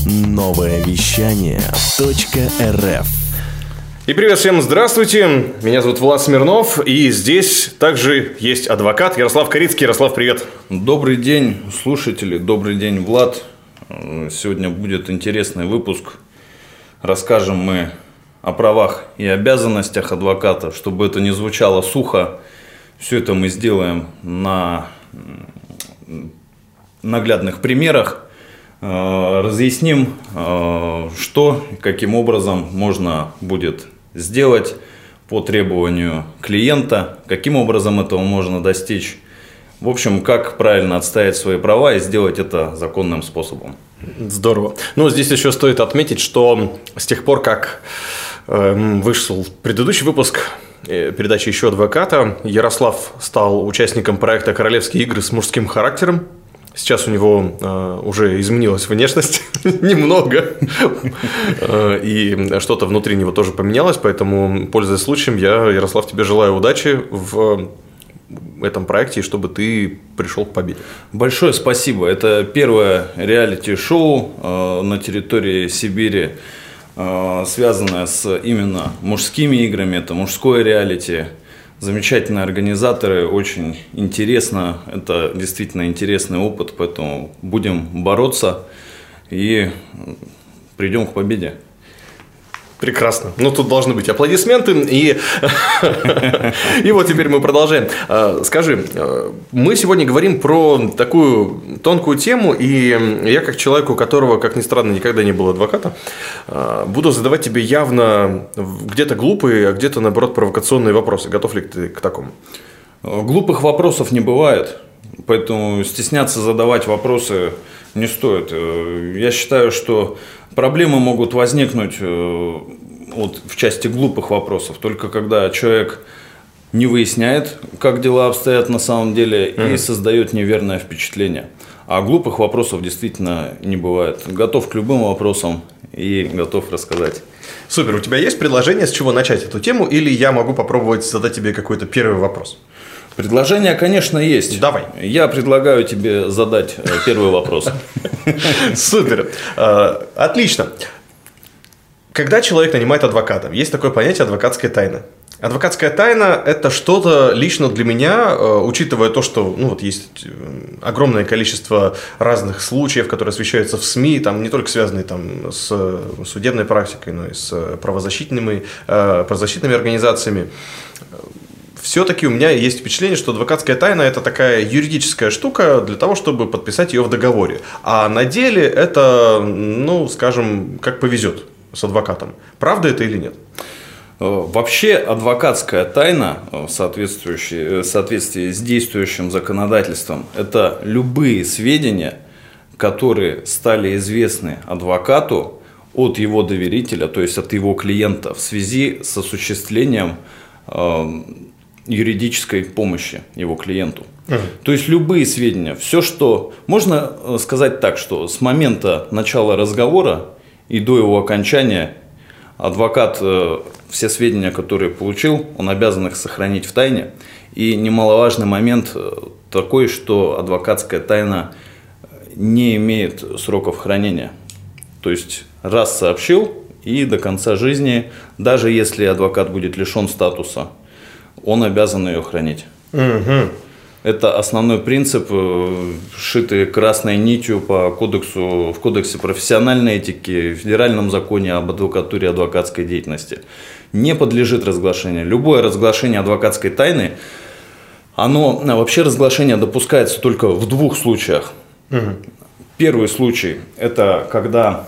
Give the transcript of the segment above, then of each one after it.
Новое вещание .рф. И привет всем, здравствуйте, меня зовут Влад Смирнов, и здесь также есть адвокат Ярослав Корицкий. Ярослав, привет. Добрый день, слушатели, добрый день, Влад. Сегодня будет интересный выпуск. Расскажем мы о правах и обязанностях адвоката, чтобы это не звучало сухо. Все это мы сделаем на наглядных примерах. Разъясним, что и каким образом можно будет сделать по требованию клиента, каким образом этого можно достичь. В общем, как правильно отстоять свои права и сделать это законным способом. Здорово. Ну, здесь еще стоит отметить, что с тех пор, как вышел предыдущий выпуск передачи «Еще адвоката», Ярослав стал участником проекта «Королевские игры с мужским характером». Сейчас у него уже изменилась внешность немного, и что-то внутри него тоже поменялось, поэтому, пользуясь случаем, я, Ярослав, тебе желаю удачи в этом проекте, и чтобы ты пришел к победе. Большое спасибо. Это первое реалити-шоу на территории Сибири, связанное с именно мужскими играми, это мужское реалити. Замечательные организаторы, очень интересно, это действительно интересный опыт, поэтому будем бороться и придем к победе. Прекрасно. Ну, тут должны быть аплодисменты. И вот теперь мы продолжаем. Скажи, мы сегодня говорим про такую тонкую тему, и я, как человек, у которого, как ни странно, никогда не был адвоката, буду задавать тебе явно где-то глупые, а где-то, наоборот, провокационные вопросы. Готов ли ты к такому? Глупых вопросов не бывает, поэтому стесняться задавать вопросы не стоит. Я считаю, что проблемы могут возникнуть вот в части глупых вопросов только когда человек не выясняет, как дела обстоят на самом деле, и создает неверное впечатление. А глупых вопросов действительно не бывает. Готов к любым вопросам и готов рассказать. Супер. У тебя есть предложение, с чего начать эту тему, или я могу попробовать задать тебе какой-то первый вопрос? Предложение, конечно, есть. Давай. Я предлагаю тебе задать первый вопрос. Супер. Отлично. Когда человек нанимает адвоката, есть такое понятие адвокатская тайна. Адвокатская тайна – это что-то лично для меня, учитывая то, что есть огромное количество разных случаев, которые освещаются в СМИ, там, не только связанные там, с судебной практикой, но и с правозащитными организациями. Все-таки у меня есть впечатление, что адвокатская тайна – это такая юридическая штука для того, чтобы подписать ее в договоре. А на деле это, скажем, как повезет с адвокатом. Правда это или нет? Вообще адвокатская тайна в соответствии с действующим законодательством – это любые сведения, которые стали известны адвокату от его доверителя, то есть от его клиента в связи с осуществлением юридической помощи его клиенту. То есть любые сведения, все, что можно сказать так, что с момента начала разговора и до его окончания адвокат все сведения, которые получил, он обязан их сохранить в тайне. И немаловажный момент такой, что адвокатская тайна не имеет сроков хранения. То есть раз сообщил и до конца жизни, даже если адвокат будет лишен статуса, он обязан ее хранить. Это основной принцип, сшитый красной нитью в кодексе профессиональной этики, в федеральном законе об адвокатуре и адвокатской деятельности. Не подлежит разглашению. Любое разглашение адвокатской тайны, вообще разглашение допускается только в двух случаях. Первый случай – это когда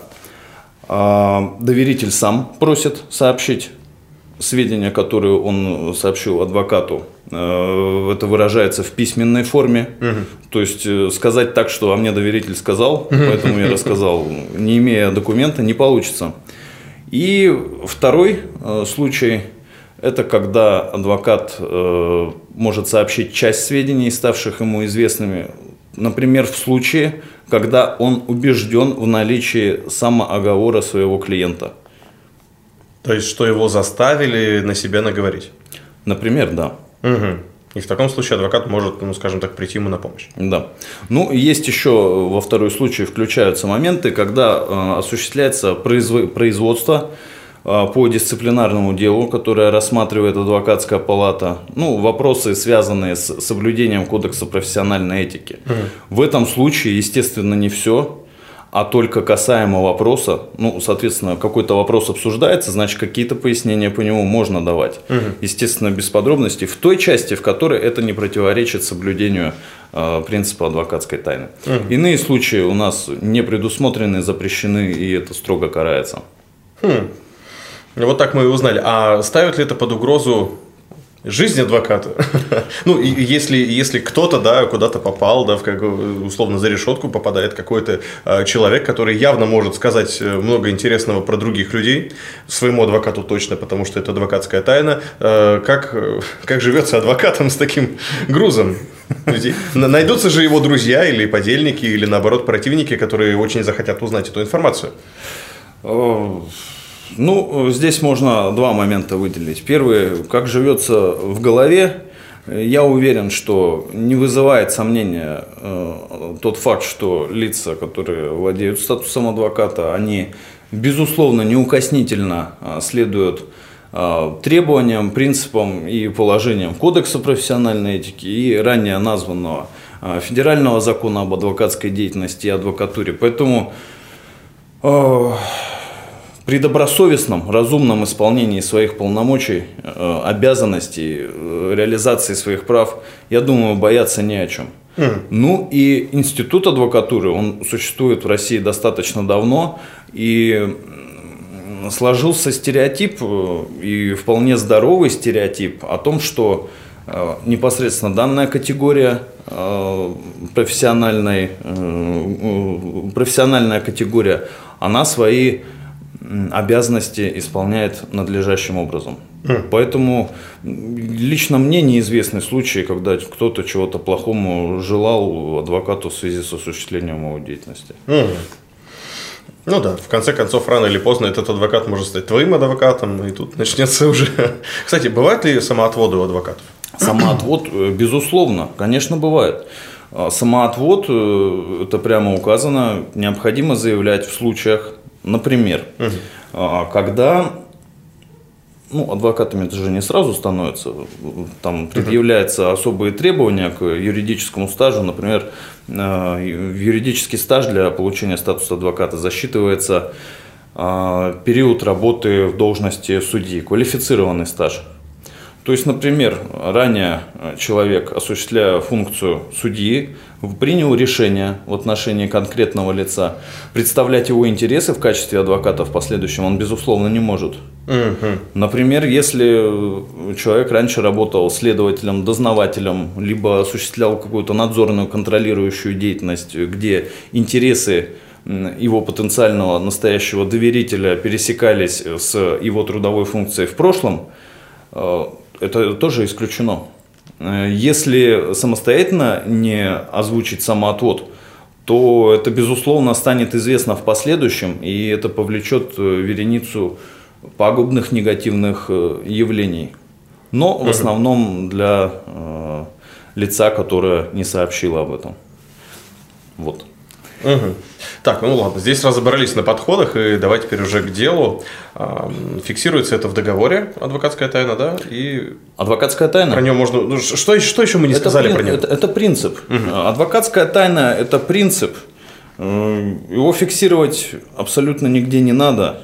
доверитель сам просит сообщить сведения, которые он сообщил адвокату. Это выражается в письменной форме. То есть сказать так, что мне доверитель сказал, поэтому я рассказал, не имея документа, не получится. И второй случай – это когда адвокат может сообщить часть сведений, ставших ему известными, например, в случае, когда он убежден в наличии самооговора своего клиента. То есть, что его заставили на себя наговорить? Например, да. Угу. И в таком случае адвокат может, ну, скажем так, прийти ему на помощь. Да. Ну, есть еще во второй случай включаются моменты, когда осуществляется производство по дисциплинарному делу, которое рассматривает адвокатская палата, ну, вопросы, связанные с соблюдением кодекса профессиональной этики. В этом случае, естественно, не все, а только касаемо вопроса, ну, соответственно, какой-то вопрос обсуждается, значит, какие-то пояснения по нему можно давать. Естественно, без подробностей, в той части, в которой это не противоречит соблюдению принципа адвокатской тайны. Иные случаи у нас не предусмотрены, запрещены, и это строго карается. Вот так мы и узнали. А ставит ли это под угрозу жизнь адвоката? Ну, если кто-то, да, куда-то попал, да, условно за решетку попадает какой-то человек, который явно может сказать много интересного про других людей, своему адвокату точно, потому что это адвокатская тайна, как живется адвокатом с таким грузом? Найдутся же его друзья или подельники, или наоборот противники, которые очень захотят узнать эту информацию? Ну, здесь можно два момента выделить. Первый, как живется в голове, я уверен, что не вызывает сомнения тот факт, что лица, которые владеют статусом адвоката, они, безусловно, неукоснительно следуют требованиям, принципам и положениям Кодекса профессиональной этики и ранее названного Федерального закона об адвокатской деятельности и адвокатуре. Поэтому при добросовестном, разумном исполнении своих полномочий, обязанностей, реализации своих прав, я думаю, бояться не о чем. Ну и институт адвокатуры, он существует в России достаточно давно, и сложился стереотип, и вполне здоровый стереотип о том, что непосредственно данная категория, профессиональная категория, она свои обязанности исполняет надлежащим образом. Поэтому лично мне неизвестны случаи, когда кто-то чего-то плохому желал адвокату в связи с осуществлением его деятельности. Ну да, в конце концов, рано или поздно этот адвокат может стать твоим адвокатом, и тут начнется уже... Кстати, бывают ли самоотводы у адвокатов? Самоотвод, безусловно, конечно, бывает. Самоотвод, это прямо указано, необходимо заявлять в случаях, например, когда, ну, адвокатами это же не сразу становится, там предъявляются особые требования к юридическому стажу, например, юридический стаж для получения статуса адвоката засчитывается период работы в должности судьи, квалифицированный стаж. То есть, например, ранее человек, осуществляя функцию судьи, принял решение в отношении конкретного лица. Представлять его интересы в качестве адвоката в последующем он, безусловно, не может. Например, если человек раньше работал следователем, дознавателем, либо осуществлял какую-то надзорную, контролирующую деятельность, где интересы его потенциального настоящего доверителя пересекались с его трудовой функцией в прошлом, это тоже исключено. Если самостоятельно не озвучить самоотвод, то это, безусловно, станет известно в последующем, и это повлечет вереницу пагубных негативных явлений. Но в основном для лица, которое не сообщило об этом. Вот. Так, ну ладно, здесь разобрались на подходах, и давай теперь уже к делу. Фиксируется это в договоре, адвокатская тайна, да? И адвокатская тайна? Про нее можно... Ну, что еще мы не сказали про нее? Это принцип. Адвокатская тайна – это принцип. Его фиксировать абсолютно нигде не надо.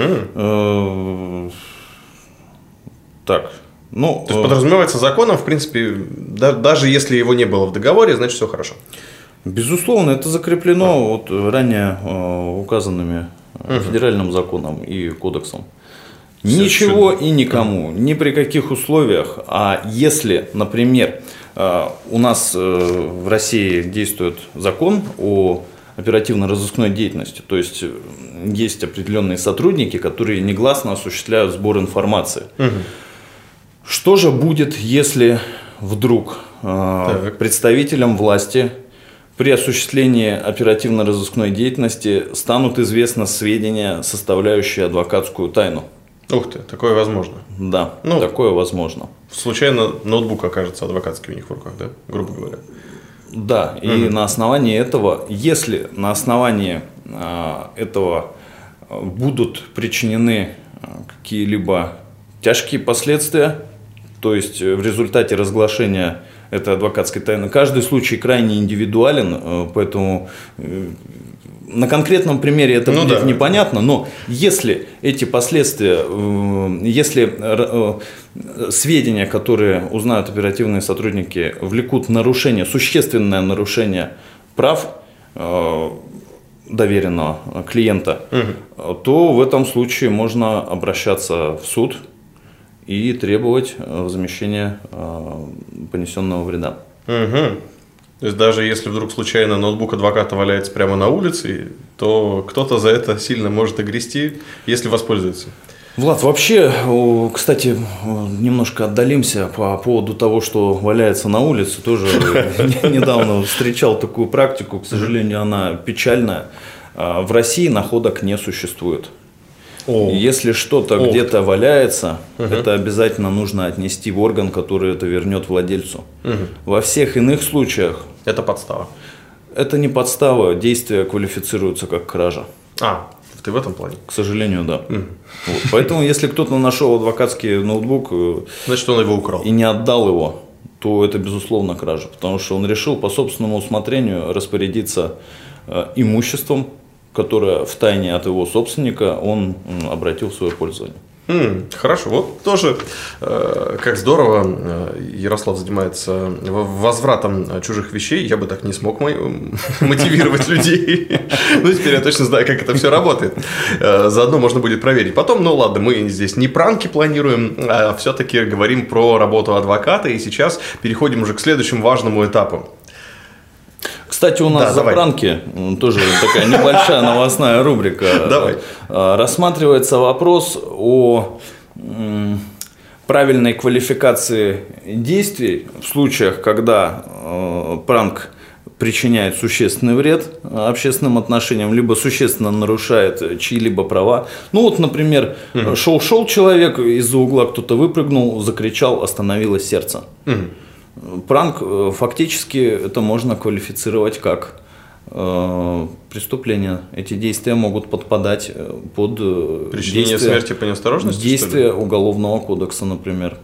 Так. Ну, то есть подразумевается законом, в принципе, даже если его не было в договоре, значит все хорошо. Безусловно, это закреплено вот ранее указанными федеральным законом и кодексом. Ничего и никому, ни при каких условиях. А если, например, у нас в России действует закон о оперативно-розыскной деятельности, то есть есть определенные сотрудники, которые негласно осуществляют сбор информации. Что же будет, если вдруг представителям власти при осуществлении оперативно-розыскной деятельности станут известны сведения, составляющие адвокатскую тайну? Ух ты, такое возможно. Да, такое возможно. случайно ноутбук окажется адвокатский у них в руках, да, грубо говоря. Да, и на основании этого, если на основании этого будут причинены какие-либо тяжкие последствия, то есть в результате разглашения этой адвокатской тайны, каждый случай крайне индивидуален, поэтому на конкретном примере это будет непонятно, но если эти последствия, если сведения, которые узнают оперативные сотрудники, влекут нарушение, существенное нарушение прав доверенного клиента, то в этом случае можно обращаться в суд и требовать возмещения понесенного вреда. То есть даже если вдруг случайно ноутбук адвоката валяется прямо на улице, то кто-то за это сильно может огрести, если воспользуется. Влад, вообще, кстати, немножко отдалимся по поводу того, что валяется на улице. Тоже недавно встречал такую практику, к сожалению, она печальная. В России находок не существует. Если что-то где-то валяется, это обязательно нужно отнести в орган, который это вернет владельцу. Во всех иных случаях это подстава. Это не подстава, действия квалифицируются как кража. Ты в этом плане? К сожалению, да. Вот. Поэтому, если кто-то нашел адвокатский ноутбук, значит, он его украл. И не отдал его, то это, безусловно, кража. Потому что он решил по собственному усмотрению распорядиться имуществом, которое в тайне от его собственника он обратил в свое пользование. Хорошо, вот тоже как здорово Ярослав занимается возвратом чужих вещей. Я бы так не смог мотивировать людей. Ну, теперь я точно знаю, как это все работает. Заодно можно будет проверить. Потом, ну ладно, мы здесь не пранки планируем, а все-таки говорим про работу адвоката. И сейчас переходим уже к следующему важному этапу. Кстати, у нас за пранки тоже такая небольшая новостная рубрика. Давай. Рассматривается вопрос о правильной квалификации действий в случаях, когда пранк причиняет существенный вред общественным отношениям, либо существенно нарушает чьи-либо права. Ну вот, например, шел человек, из-за угла кто-то выпрыгнул, закричал, остановилось сердце. Пранк, фактически, это можно квалифицировать как преступление. Эти действия могут подпадать под причинение смерти по неосторожности, действия Уголовного кодекса, например.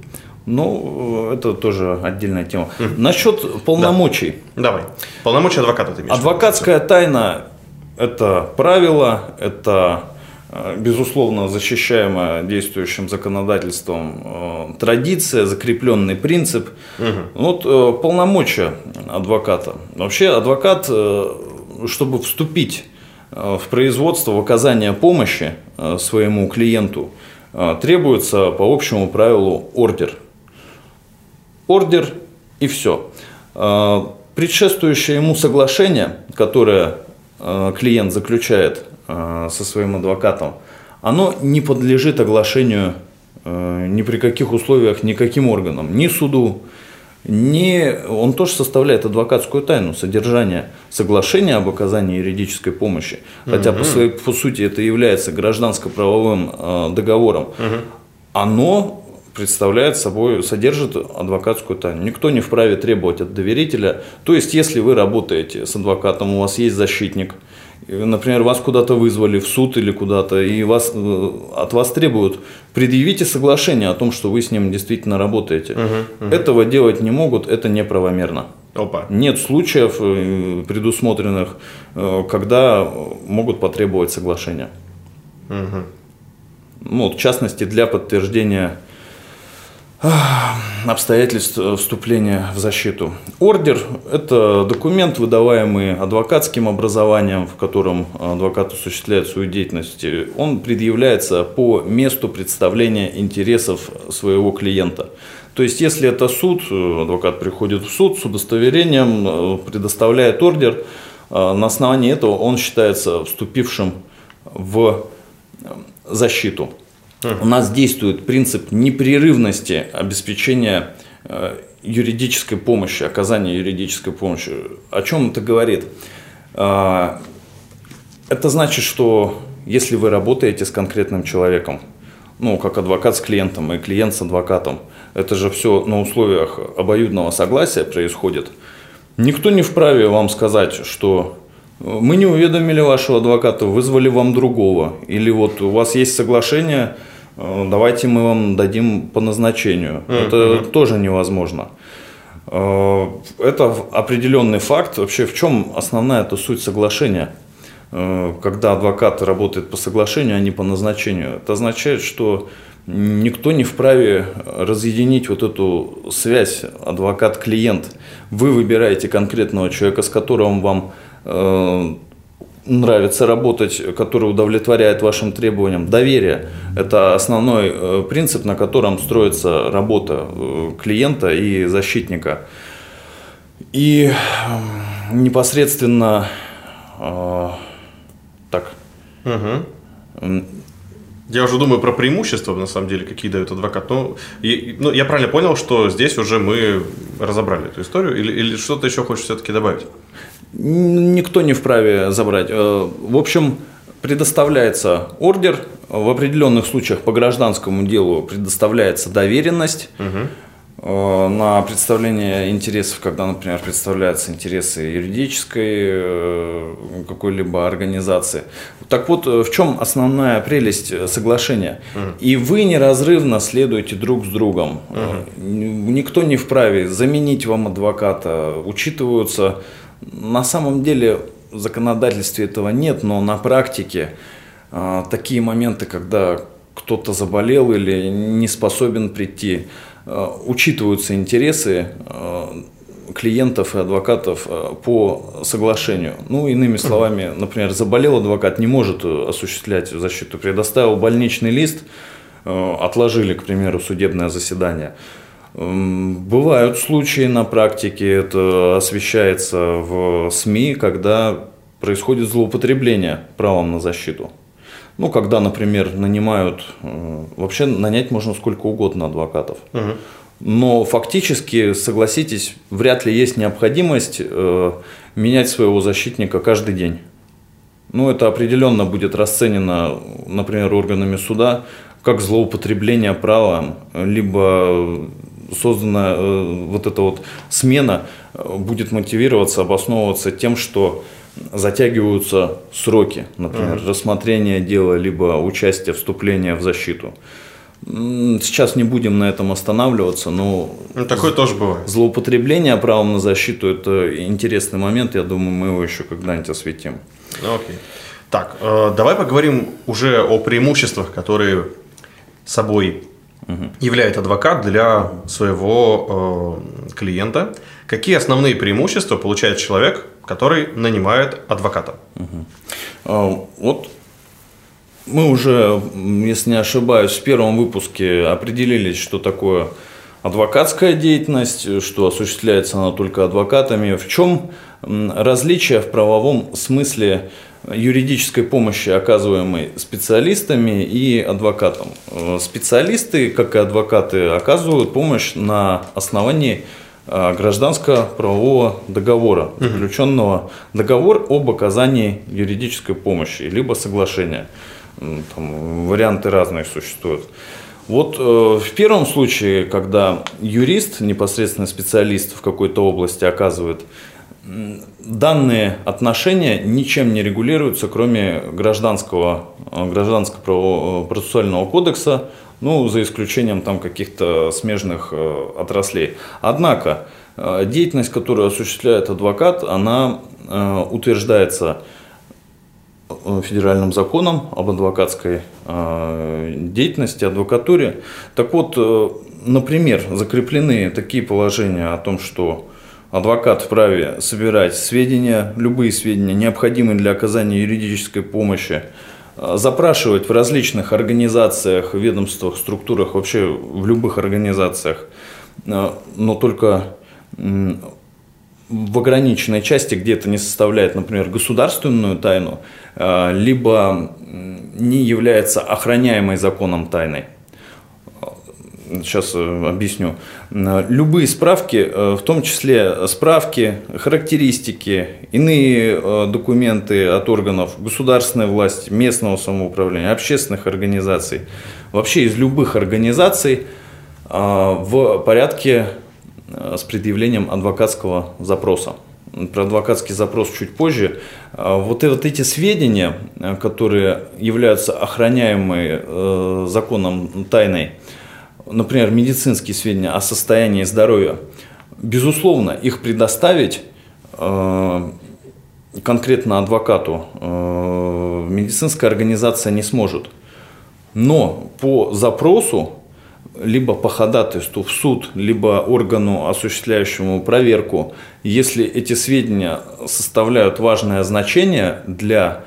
Ну, это тоже отдельная тема. Насчет полномочий. Давай. Полномочия адвоката ты имеешь? Адвокатская тайна – это правило, это безусловно защищаемая действующим законодательством традиция, закрепленный принцип. Вот полномочия адвоката. Вообще адвокат, чтобы вступить в производство, в оказание помощи своему клиенту, требуется по общему правилу ордер. Ордер и все. Предшествующее ему соглашение, которое клиент заключает со своим адвокатом, оно не подлежит оглашению ни при каких условиях никаким органам, ни суду, он тоже составляет адвокатскую тайну, содержание соглашения об оказании юридической помощи, хотя по сути это является гражданско-правовым договором, оно представляет собой, содержит адвокатскую тайну. Никто не вправе требовать от доверителя. То есть, если вы работаете с адвокатом, у вас есть защитник, например, вас куда-то вызвали в суд или куда-то, и от вас требуют, предъявите соглашение о том, что вы с ним действительно работаете. Этого делать не могут, это неправомерно. Нет случаев, предусмотренных, когда могут потребовать соглашения. Ну, в частности, для подтверждения обстоятельств вступления в защиту. Ордер – это документ, выдаваемый адвокатским образованием, в котором адвокат осуществляет свою деятельность. Он предъявляется по месту представления интересов своего клиента. То есть, если это суд, адвокат приходит в суд с удостоверением, предоставляет ордер, на основании этого он считается вступившим в защиту. У нас действует принцип непрерывности обеспечения юридической помощи, оказания юридической помощи. О чем это говорит? Это значит, что если вы работаете с конкретным человеком, ну, как адвокат с клиентом и клиент с адвокатом. Это же все на условиях обоюдного согласия происходит. Никто не вправе вам сказать, что мы не уведомили вашего адвоката, вызвали вам другого. Или вот у вас есть соглашение, давайте мы вам дадим по назначению. Это тоже невозможно. Это определенный факт. Вообще, в чем основная эта суть соглашения? Когда адвокат работает по соглашению, а не по назначению. Это означает, что никто не вправе разъединить вот эту связь адвокат-клиент. Вы выбираете конкретного человека, с которым вам нравится работать, который удовлетворяет вашим требованиям. Доверие – это основной принцип, на котором строится работа клиента и защитника. И непосредственно так. Я уже думаю про преимущества, на самом деле, какие дает адвокат. Ну, я правильно понял, что здесь уже мы разобрали эту историю, или что-то еще хочешь все-таки добавить? Никто не вправе забрать. В общем, предоставляется ордер, в определенных случаях по гражданскому делу предоставляется доверенность на представление интересов, когда, например, представляются интересы юридической какой-либо организации. Так вот, в чем основная прелесть соглашения? И вы неразрывно следуете друг с другом. Никто не вправе заменить вам адвоката. Учитываются, на самом деле в законодательстве этого нет, но на практике такие моменты, когда кто-то заболел или не способен прийти, учитываются интересы клиентов и адвокатов по соглашению. Ну, иными словами, например, заболел адвокат, не может осуществлять защиту, предоставил больничный лист, отложили, к примеру, судебное заседание. Бывают случаи на практике, это освещается в СМИ, когда происходит злоупотребление правом на защиту. Ну, когда, например, нанимают, вообще нанять можно сколько угодно адвокатов. Но фактически, согласитесь, вряд ли есть необходимость менять своего защитника каждый день. Ну, это определенно будет расценено, например, органами суда, как злоупотребление правом, либо созданная вот эта вот смена будет мотивироваться, обосновываться тем, что затягиваются сроки, например, рассмотрения дела, либо участие, вступление в защиту. Сейчас не будем на этом останавливаться, но такое тоже бывает. Злоупотребление правом на защиту – это интересный момент, я думаю, мы его еще когда-нибудь осветим. Окей. Так, давай поговорим уже о преимуществах, которые собой являет адвокат для своего клиента. Какие основные преимущества получает человек, который нанимает адвоката? Вот мы уже, если не ошибаюсь, в первом выпуске определились, что такое адвокатская деятельность, что осуществляется она только адвокатами. В чем различие в правовом смысле юридической помощи, оказываемой специалистами и адвокатом? Специалисты, как и адвокаты, оказывают помощь на основании гражданско-правового договора, заключенного договор об оказании юридической помощи, либо соглашения. Там варианты разные существуют. Вот в первом случае, когда юрист, непосредственно специалист в какой-то области оказывает, данные отношения ничем не регулируются, кроме гражданского процессуального кодекса, ну, за исключением там каких-то смежных отраслей. Однако деятельность, которую осуществляет адвокат, она утверждается федеральным законом об адвокатской деятельности, адвокатуре. Так вот, например, закреплены такие положения о том, что адвокат вправе собирать сведения, любые сведения, необходимые для оказания юридической помощи, запрашивать в различных организациях, ведомствах, структурах, вообще в любых организациях, но только в ограниченной части, где это не составляет, например, государственную тайну, либо не является охраняемой законом тайной. сейчас объясню. Любые справки, в том числе справки, характеристики, иные документы от органов государственной власти, местного самоуправления, общественных организаций, вообще из любых организаций в порядке с предъявлением адвокатского запроса. Про адвокатский запрос чуть позже. Вот эти сведения, которые являются охраняемой законом тайной, например, медицинские сведения о состоянии здоровья, безусловно, их предоставить конкретно адвокату медицинская организация не сможет. Но по запросу, либо по ходатайству в суд, либо органу, осуществляющему проверку, если эти сведения составляют важное значение для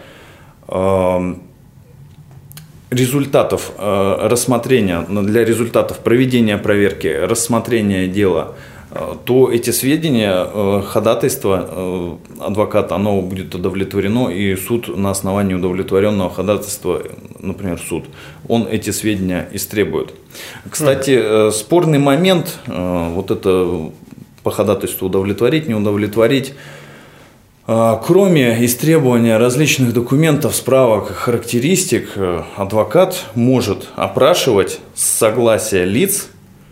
результатов рассмотрения, для результатов проведения проверки, рассмотрения дела, то эти сведения, ходатайство адвоката, оно будет удовлетворено, и суд на основании удовлетворенного ходатайства, например, суд, он эти сведения истребует. Кстати, спорный момент, вот это по ходатайству удовлетворить, не удовлетворить, кроме истребования различных документов, справок, характеристик, адвокат может опрашивать с согласия лиц,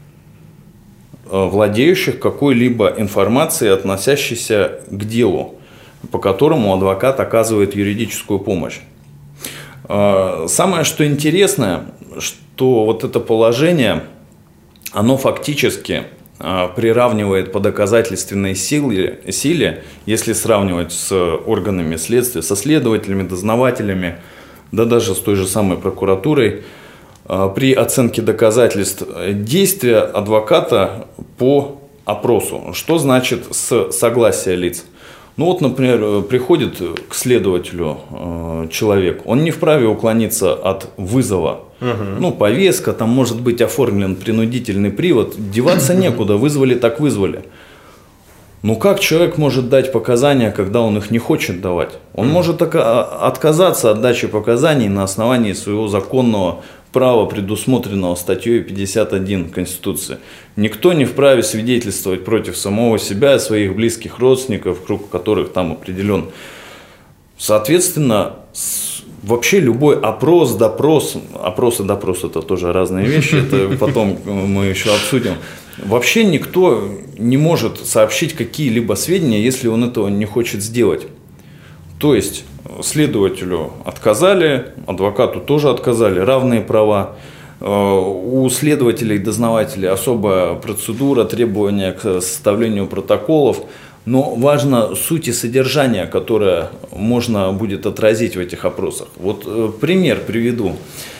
владеющих какой-либо информацией, относящейся к делу, по которому адвокат оказывает юридическую помощь. Самое, что интересное, что вот это положение, оно фактически приравнивает по доказательственной силе, если сравнивать с органами следствия, со следователями, дознавателями, да даже с той же самой прокуратурой, при оценке доказательств действия адвоката по опросу. Что значит с согласия лиц? Ну вот, например, приходит к следователю человек, он не вправе уклониться от вызова. Ну, повестка, там может быть оформлен принудительный привод, деваться некуда, вызвали так вызвали. Ну как человек может дать показания, когда он их не хочет давать? Он может отказаться от дачи показаний на основании своего законного права, предусмотренного статьей 51 Конституции. Никто не вправе свидетельствовать против самого себя и своих близких родственников, круг которых там определен. Соответственно, вообще любой опрос, допрос, опрос и допрос – это тоже разные вещи, это потом мы еще обсудим. Вообще никто не может сообщить какие-либо сведения, если он этого не хочет сделать. То есть следователю отказали, адвокату тоже отказали, равные права. У следователей и дознавателей особая процедура, требования к составлению протоколов. Но важна суть и содержание, которое можно будет отразить в этих опросах. Вот пример приведу.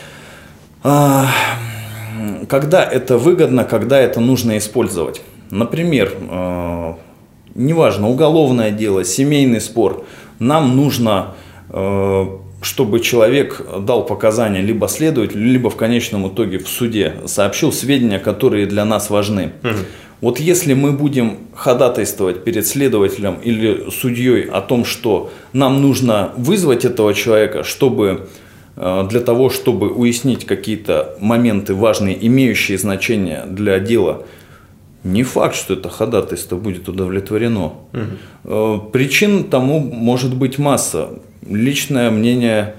Когда это выгодно, когда это нужно использовать. Например, неважно, уголовное дело, семейный спор. Нам нужно, чтобы человек дал показания либо следователю, либо в конечном итоге в суде сообщил сведения, которые для нас важны. Вот если мы будем ходатайствовать перед следователем или судьей о том, что нам нужно вызвать этого человека, для того, чтобы уяснить какие-то моменты важные, имеющие значение для дела, не факт, что это ходатайство будет удовлетворено. Причин тому может быть масса. Личное мнение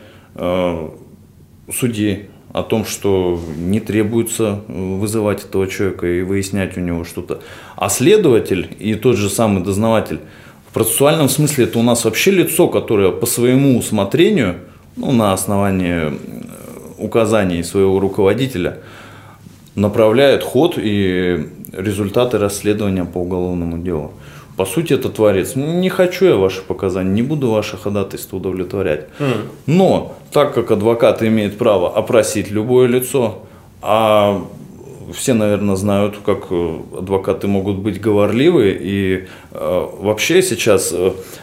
судьи о том, что не требуется вызывать этого человека и выяснять у него что-то. А следователь и тот же самый дознаватель, в процессуальном смысле это у нас вообще лицо, которое по своему усмотрению, на основании указаний своего руководителя, направляет ход и результаты расследования по уголовному делу. По сути, это творец. Не хочу я ваши показания, не буду ваше ходатайство удовлетворять. Но так как адвокат имеет право опросить любое лицо, а все, наверное, знают, как адвокаты могут быть говорливы, и вообще сейчас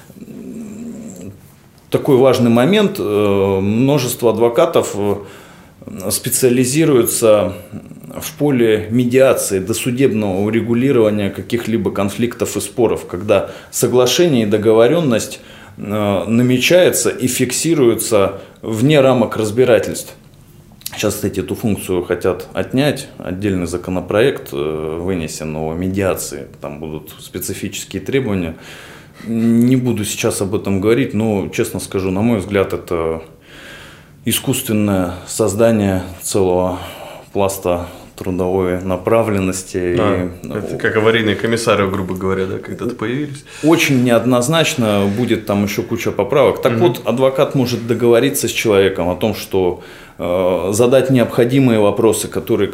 такой важный момент, множество адвокатов специализируются в поле медиации, досудебного урегулирования каких-либо конфликтов и споров, когда соглашение и договоренность намечается и фиксируется вне рамок разбирательств. Сейчас, кстати, эту функцию хотят отнять. Отдельный законопроект вынесен о медиации. Там будут специфические требования. Не буду сейчас об этом говорить, но, честно скажу, на мой взгляд, это искусственное создание целого пласта трудовой направленности. Это как аварийные комиссары, грубо говоря, да, когда-то появились. Очень неоднозначно, будет там еще куча поправок. Так вот, адвокат может договориться с человеком о том, что задать необходимые вопросы, которые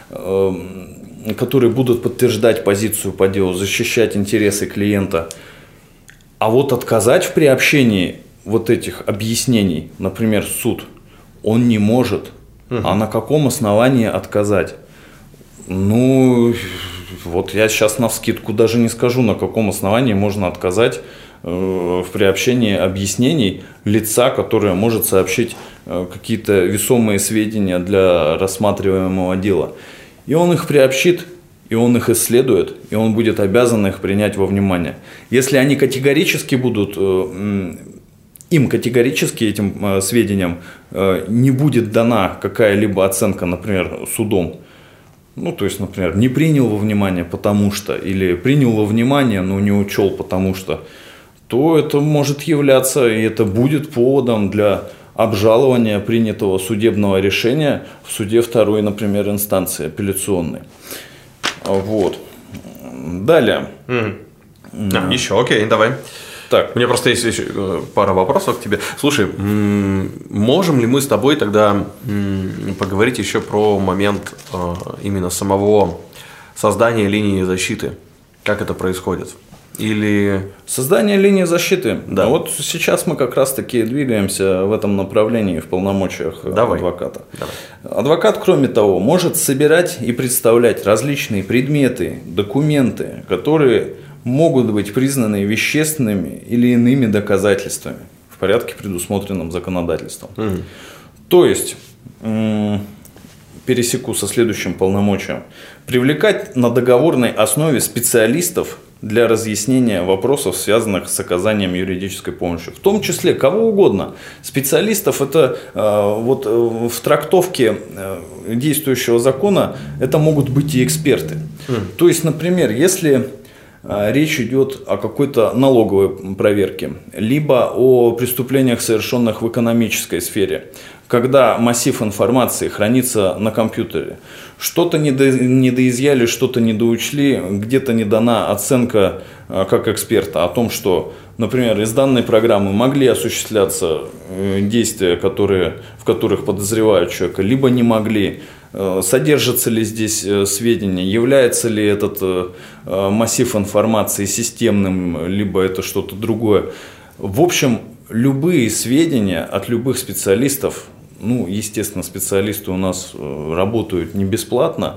будут подтверждать позицию по делу, защищать интересы клиента. А вот отказать в приобщении вот этих объяснений, например, суд, он не может. А на каком основании отказать? Ну, вот я сейчас навскидку даже не скажу, на каком основании можно отказать в приобщении объяснений лица, которое может сообщить какие-то весомые сведения для рассматриваемого дела. И он их приобщит, и он их исследует, и он будет обязан их принять во внимание. Если они категорически будут, им категорически этим сведениям не будет дана какая-либо оценка, например, судом, ну, то есть, например, не принял во внимание потому что, или принял во внимание, но не учел потому что, то это может являться, и это будет поводом для обжалования принятого судебного решения в суде второй, например, инстанции, апелляционной. Вот. Далее. Еще, окей, давай. Так. У меня просто есть еще пара вопросов к тебе. Слушай, можем ли мы с тобой тогда поговорить еще про момент именно самого создания линии защиты? Как это происходит? Или... Создание линии защиты. Да. Вот сейчас мы как раз-таки двигаемся в этом направлении в полномочиях адвоката. Давай. Адвокат, кроме того, может собирать и представлять различные предметы, документы, которые могут быть признаны вещественными или иными доказательствами в порядке, предусмотренном законодательством. То есть, пересеку со следующим полномочием, привлекать на договорной основе специалистов для разъяснения вопросов, связанных с оказанием юридической помощи. В том числе кого угодно. Специалистов это вот в трактовке действующего закона это могут быть и эксперты. То есть, например, если речь идет о какой-то налоговой проверке, либо о преступлениях, совершенных в экономической сфере, когда массив информации хранится на компьютере, что-то недоизъяли, что-то недоучли, где-то не дана оценка как эксперта о том, что, например, из данной программы могли осуществляться действия, в которых подозревают человека, либо не могли. Содержатся ли здесь сведения, является ли этот массив информации системным, либо это что-то другое. В общем, любые сведения от любых специалистов, ну, естественно, специалисты у нас работают не бесплатно,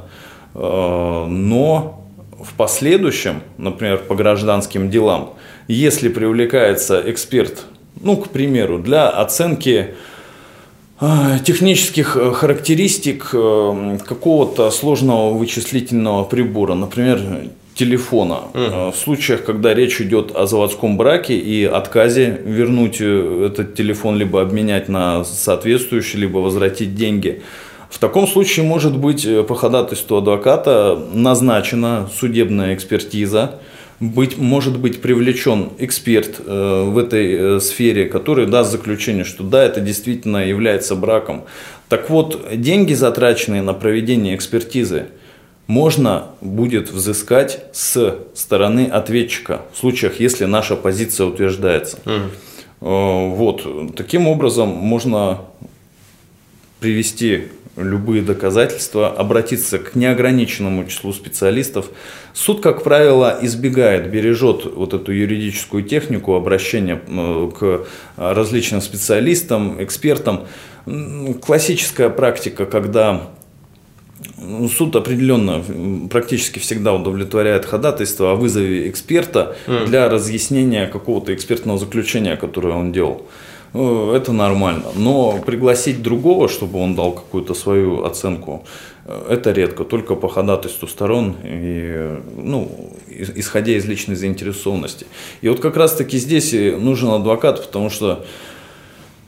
но в последующем, например, по гражданским делам, если привлекается эксперт, ну, к примеру, для оценки технических характеристик какого-то сложного вычислительного прибора, например, телефона. В случаях, когда речь идет о заводском браке и отказе вернуть этот телефон, либо обменять на соответствующий, либо возвратить деньги. В таком случае может быть по ходатайству адвоката назначена судебная экспертиза, может быть привлечен эксперт в этой сфере, который даст заключение, что да, это действительно является браком. Так вот, деньги, затраченные на проведение экспертизы, можно будет взыскать с стороны ответчика в случаях, если наша позиция утверждается. Вот. Таким образом можно привести любые доказательства, обратиться к неограниченному числу специалистов. Суд, как правило, бережет вот эту юридическую технику обращения к различным специалистам, экспертам. Классическая практика, когда суд определенно практически всегда удовлетворяет ходатайство о вызове эксперта для разъяснения какого-то экспертного заключения, которое он делал. Это нормально. Но пригласить другого, чтобы он дал какую-то свою оценку, это редко. Только по ходатайству сторон, и, исходя из личной заинтересованности. И вот как раз-таки здесь нужен адвокат, потому что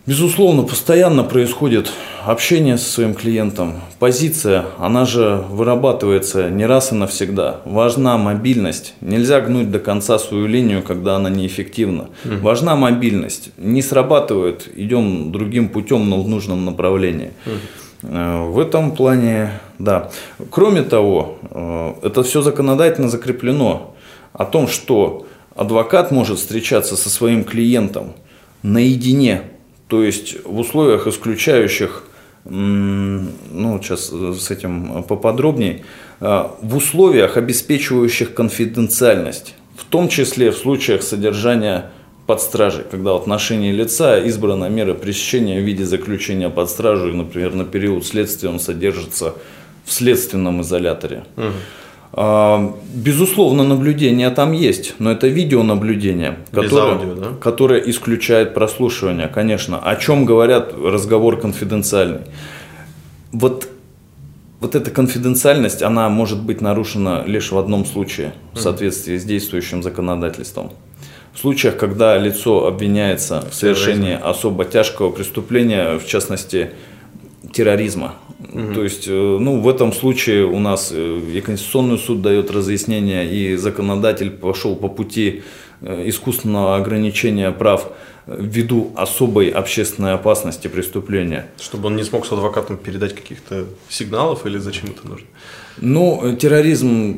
Безусловно, постоянно происходит общение со своим клиентом. Позиция, она же вырабатывается не раз и навсегда. Важна мобильность. Нельзя гнуть до конца свою линию, когда она неэффективна. Важна мобильность. Не срабатывает, идем другим путем, но в нужном направлении. В этом плане, да. Кроме того, это все законодательно закреплено о том, что адвокат может встречаться со своим клиентом наедине. То есть в условиях, исключающих, сейчас с этим поподробнее, в условиях, обеспечивающих конфиденциальность, в том числе в случаях содержания под стражей, когда в отношении лица избрана мера пресечения в виде заключения под стражу, и, например, на период следствия он содержится в следственном изоляторе. Безусловно, наблюдение там есть, но это видеонаблюдение, которое исключает прослушивание, конечно. О чем говорят, разговор конфиденциальный. Вот эта конфиденциальность, она может быть нарушена лишь в одном случае, в соответствии с действующим законодательством. В случаях, когда лицо обвиняется в совершении особо тяжкого преступления, в частности, терроризма. То есть, в этом случае у нас и Конституционный суд дает разъяснение, и законодатель пошел по пути искусственного ограничения прав ввиду особой общественной опасности преступления. Чтобы он не смог с адвокатом передать каких-то сигналов, или зачем это нужно? Терроризм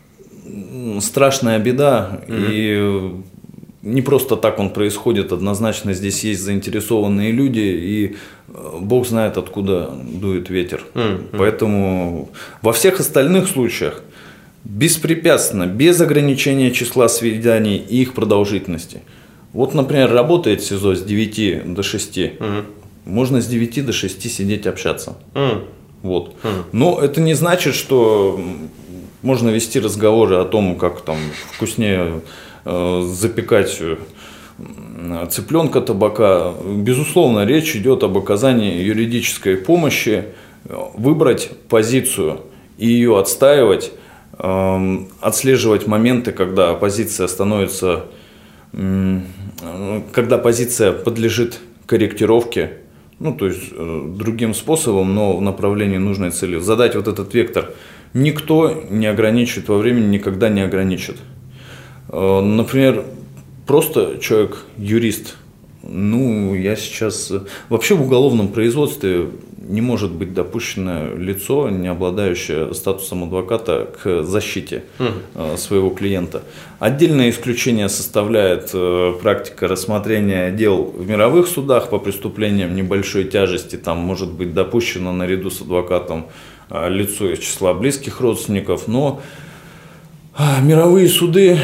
– страшная беда, и не просто так он происходит, однозначно здесь есть заинтересованные люди, и Бог знает, откуда дует ветер. Поэтому во всех остальных случаях беспрепятственно, без ограничения числа свиданий и их продолжительности. Вот, например, работает СИЗО с 9 до 6, можно с 9 до 6 сидеть общаться. Вот. Но это не значит, что можно вести разговоры о том, как там вкуснее запекать цыпленка, табака. Безусловно, речь идет об оказании юридической помощи, выбрать позицию и ее отстаивать, отслеживать моменты, когда позиция становится, когда позиция подлежит корректировке, то есть другим способом, но в направлении нужной цели. Задать вот этот вектор никто не ограничит во времени, никогда не ограничит. Например, просто человек юрист. Я сейчас... Вообще в уголовном производстве не может быть допущено лицо, не обладающее статусом адвоката, к защите своего клиента. Отдельное исключение составляет практика рассмотрения дел в мировых судах по преступлениям небольшой тяжести. Там может быть допущено наряду с адвокатом лицо из числа близких родственников, но мировые суды,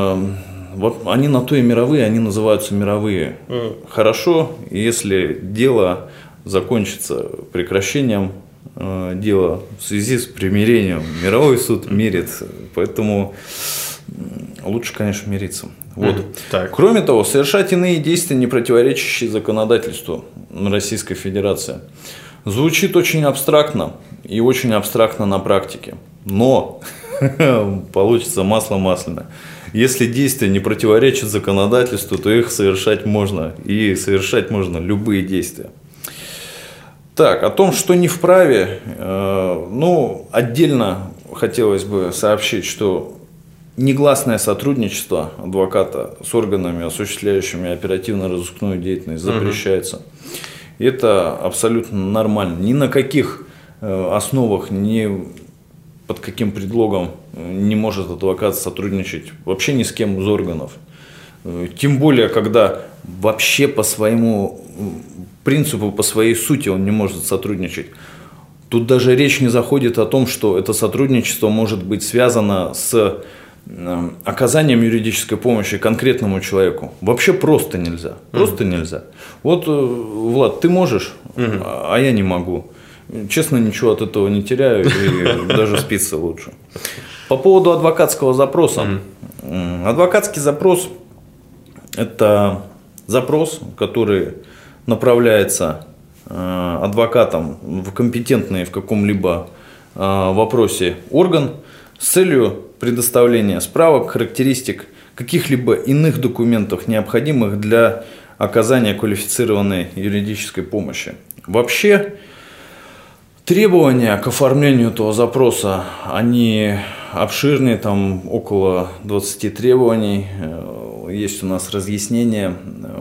они на то и мировые, они называются мировые. Хорошо, если дело закончится прекращением дела в связи с примирением. Мировой суд мирит, поэтому лучше, конечно, мириться. Кроме того, совершать иные действия, не противоречащие законодательству Российской Федерации. Звучит очень абстрактно и очень абстрактно на практике, но получится масло масляное. Если действия не противоречат законодательству, то их совершать можно. И совершать можно любые действия. Так, о том, что не вправе, отдельно хотелось бы сообщить, что негласное сотрудничество адвоката с органами, осуществляющими оперативно-розыскную деятельность, запрещается. Это абсолютно нормально. Ни на каких основах, ни под каким предлогом не может адвокат сотрудничать вообще ни с кем из органов. Тем более, когда вообще по своему принципу, по своей сути он не может сотрудничать. Тут даже речь не заходит о том, что это сотрудничество может быть связано с оказанием юридической помощи конкретному человеку. Вообще просто нельзя. Просто нельзя. Вот, Влад, ты можешь, а я не могу. Честно, ничего от этого не теряю, и даже спится лучше. По поводу адвокатского запроса. Адвокатский запрос – это запрос, который направляется адвокатом в компетентный в каком-либо вопросе орган с целью предоставления справок, характеристик, каких-либо иных документов, необходимых для оказания квалифицированной юридической помощи. Вообще, требования к оформлению этого запроса, они обширные, там около 20 требований, есть у нас разъяснения.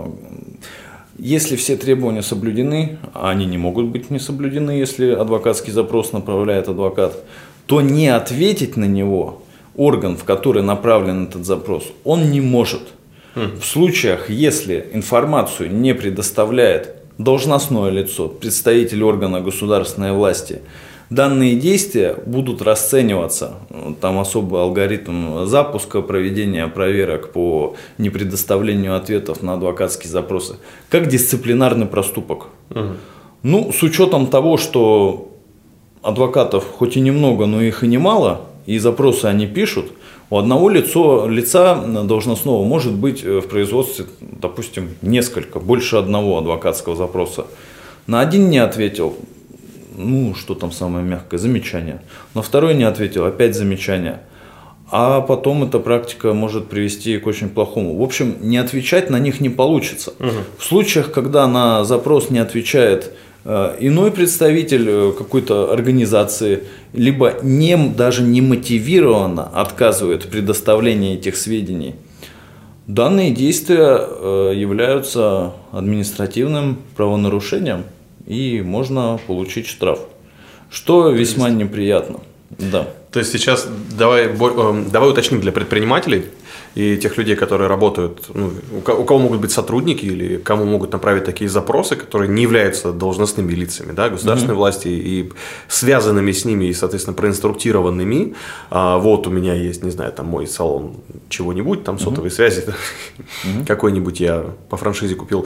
Если все требования соблюдены, а они не могут быть не соблюдены, если адвокатский запрос направляет адвокат, то не ответить на него орган, в который направлен этот запрос, он не может. В случаях, если информацию не предоставляет должностное лицо, представитель органа государственной власти, данные действия будут расцениваться, там особый алгоритм запуска, проведения проверок по непредоставлению ответов на адвокатские запросы, как дисциплинарный проступок. Ну, с учетом того, что адвокатов хоть и немного, но их и немало, и запросы они пишут, у одного лица должностного может быть в производстве, допустим, несколько, больше одного адвокатского запроса. На один не ответил, ну, что там самое мягкое, замечание. На второй не ответил, опять замечание. А потом эта практика может привести к очень плохому. В общем, не отвечать на них не получится. В случаях, когда на запрос не отвечает иной представитель какой-то организации, либо даже не мотивированно отказывает в предоставлении этих сведений, данные действия являются административным правонарушением, и можно получить штраф, что весьма неприятно. Да. То есть сейчас давай уточним для предпринимателей и тех людей, которые работают, ну, у кого могут быть сотрудники или кому могут направить такие запросы, которые не являются должностными лицами, да, государственной власти и связанными с ними и, соответственно, проинструктированными. Вот у меня есть, не знаю, там мой салон чего-нибудь, там сотовой связи, какой-нибудь я по франшизе купил,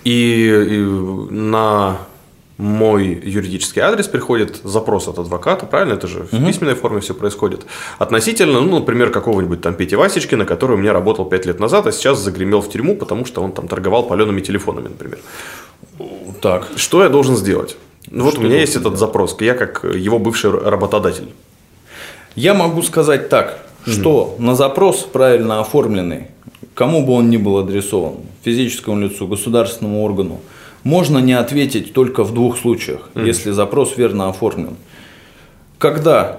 и на мой юридический адрес приходит запрос от адвоката, правильно? Это же в письменной форме все происходит. Относительно, ну, например, какого-нибудь там Пети Васечкина, который у меня работал 5 лет назад, а сейчас загремел в тюрьму, потому что он там торговал палеными телефонами, например. Так. Что я должен сделать? Ну, вот у меня есть этот запрос, я как его бывший работодатель. Я могу сказать так, что на запрос правильно оформленный, кому бы он ни был адресован, физическому лицу, государственному органу, можно не ответить только в двух случаях, если запрос верно оформлен. Когда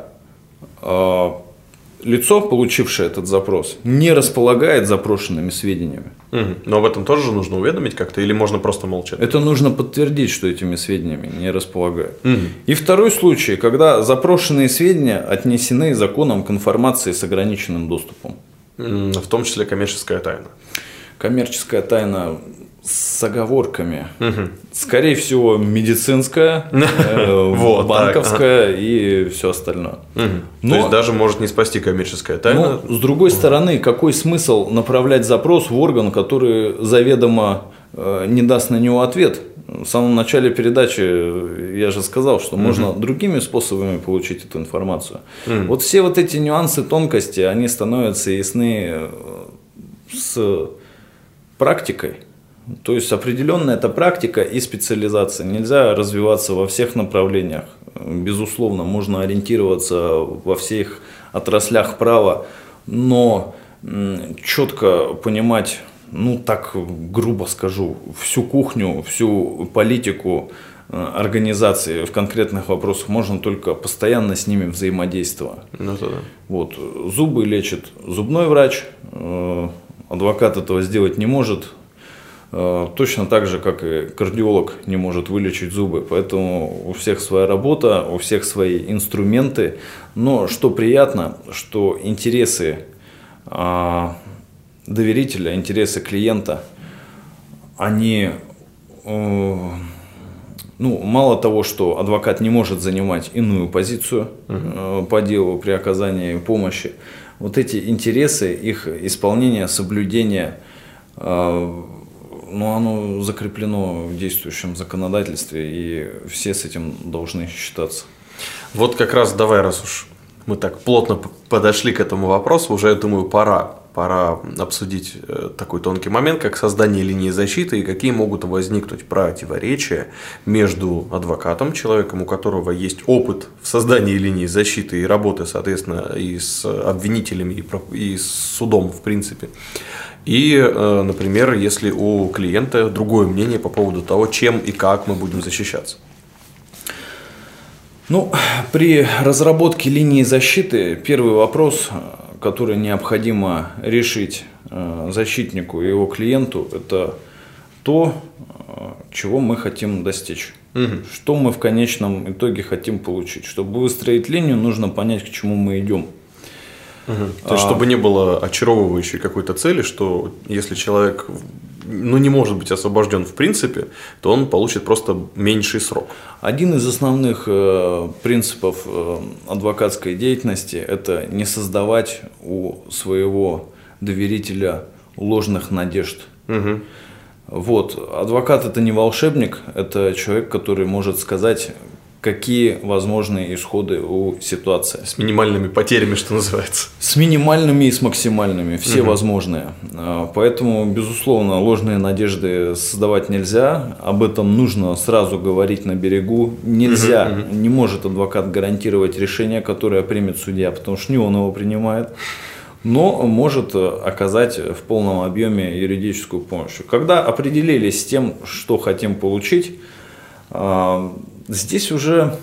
лицо, получившее этот запрос, не располагает запрошенными сведениями. Но об этом тоже нужно уведомить как-то, или можно просто молчать? Это нужно подтвердить, что этими сведениями не располагает. И второй случай, когда запрошенные сведения отнесены законом к информации с ограниченным доступом. В том числе коммерческая тайна. Коммерческая тайна с оговорками. Скорее всего, медицинская, банковская и все остальное. То есть даже может не спасти коммерческая тайна. Но, с другой стороны, какой смысл направлять запрос в орган, который заведомо не даст на него ответ? В самом начале передачи я же сказал, что можно другими способами получить эту информацию. Вот все вот эти нюансы, тонкости, они становятся ясны с практикой. То есть определенная это практика и специализация. Нельзя развиваться во всех направлениях. Безусловно, можно ориентироваться во всех отраслях права, но четко понимать, ну так грубо скажу, всю кухню, всю политику организации в конкретных вопросах можно только постоянно с ними взаимодействовать. Вот. Зубы лечит зубной врач, адвокат этого сделать не может. Точно так же, как и кардиолог не может вылечить зубы. Поэтому у всех своя работа, у всех свои инструменты. Но что приятно, что интересы доверителя, интересы клиента, они, мало того, что адвокат не может занимать иную позицию по делу при оказании помощи, вот эти интересы, их исполнение, соблюдение, оно закреплено в действующем законодательстве, и все с этим должны считаться. Вот как раз давай, раз уж мы так плотно подошли к этому вопросу, уже, я думаю, пора пора обсудить такой тонкий момент, как создание линии защиты и какие могут возникнуть противоречия между адвокатом, человеком, у которого есть опыт в создании линии защиты и работы, соответственно, и с обвинителями, и с судом, в принципе. И, например, если у клиента другое мнение по поводу того, чем и как мы будем защищаться. Ну, при разработке линии защиты первый вопрос, который необходимо решить защитнику и его клиенту, это то, чего мы хотим достичь. Что мы в конечном итоге хотим получить. Чтобы выстроить линию, нужно понять, к чему мы идем. То есть, чтобы не было очаровывающей какой-то цели, что если человек не может быть освобожден в принципе, то он получит просто меньший срок. Один из основных принципов адвокатской деятельности – это не создавать у своего доверителя ложных надежд. Вот. Адвокат – это не волшебник, это человек, который может сказать, какие возможные исходы у ситуации. С минимальными потерями, что называется. С минимальными и с максимальными, все возможные. Поэтому, безусловно, ложные надежды создавать нельзя. Об этом нужно сразу говорить на берегу. Нельзя, не может адвокат гарантировать решение, которое примет судья, потому что не он его принимает. Но может оказать в полном объеме юридическую помощь. Когда определились с тем, что хотим получить, здесь уже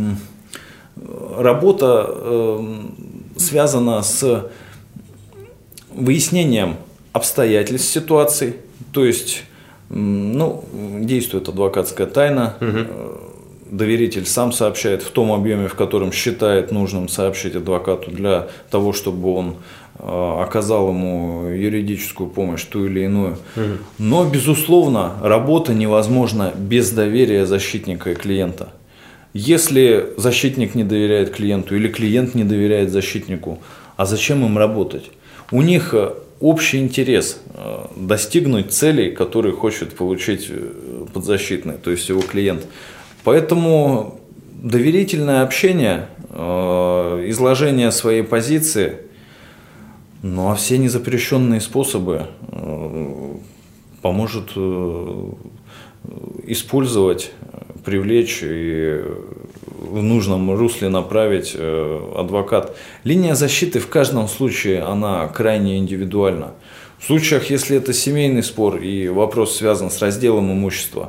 работа связана с выяснением обстоятельств ситуации, то есть действует адвокатская тайна, доверитель сам сообщает в том объеме, в котором считает нужным сообщить адвокату для того, чтобы он оказал ему юридическую помощь, ту или иную. Но, безусловно, работа невозможна без доверия защитника и клиента. Если защитник не доверяет клиенту или клиент не доверяет защитнику, а зачем им работать? У них общий интерес достигнуть целей, которые хочет получить подзащитный, то есть его клиент. Поэтому доверительное общение, изложение своей позиции, а все незапрещенные способы поможет использовать, привлечь и в нужном русле направить адвокат. Линия защиты в каждом случае, она крайне индивидуальна. В случаях, если это семейный спор и вопрос связан с разделом имущества,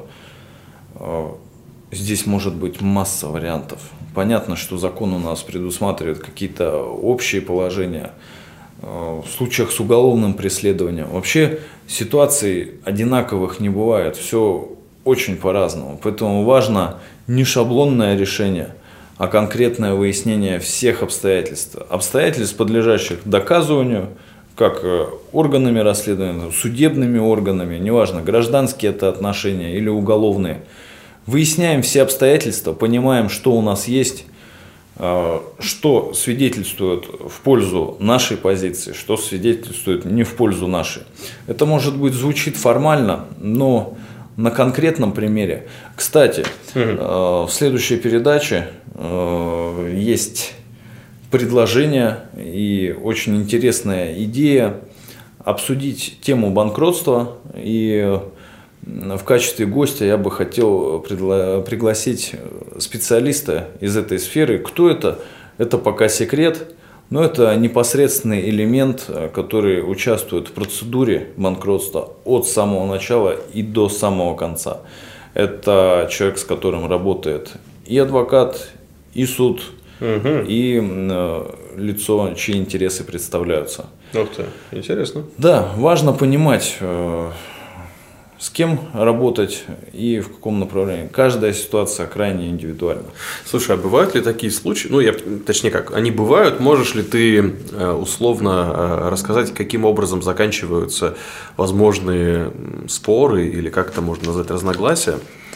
здесь может быть масса вариантов. Понятно, что закон у нас предусматривает какие-то общие положения. В случаях с уголовным преследованием вообще ситуаций одинаковых не бывает, все очень по-разному. Поэтому важно не шаблонное решение, а конкретное выяснение всех обстоятельств. Обстоятельств, подлежащих доказыванию, как органами расследования, судебными органами, неважно, гражданские это отношения или уголовные. Выясняем все обстоятельства, понимаем, что у нас есть, что свидетельствует в пользу нашей позиции, что свидетельствует не в пользу нашей. Это, может быть, звучит формально, но на конкретном примере. Кстати, в следующей передаче есть предложение и очень интересная идея обсудить тему банкротства, и в качестве гостя я бы хотел пригласить специалиста из этой сферы. Кто это? Это пока секрет, но это непосредственный элемент, который участвует в процедуре банкротства от самого начала и до самого конца. Это человек, с которым работает и адвокат, и суд, и лицо, чьи интересы представляются. Ух ты, интересно. Да, важно понимать, с кем работать и в каком направлении. Каждая ситуация крайне индивидуальна. Слушай, а бывают ли такие случаи? Они бывают. Можешь ли ты условно рассказать, каким образом заканчиваются возможные споры или как это можно назвать, разногласия?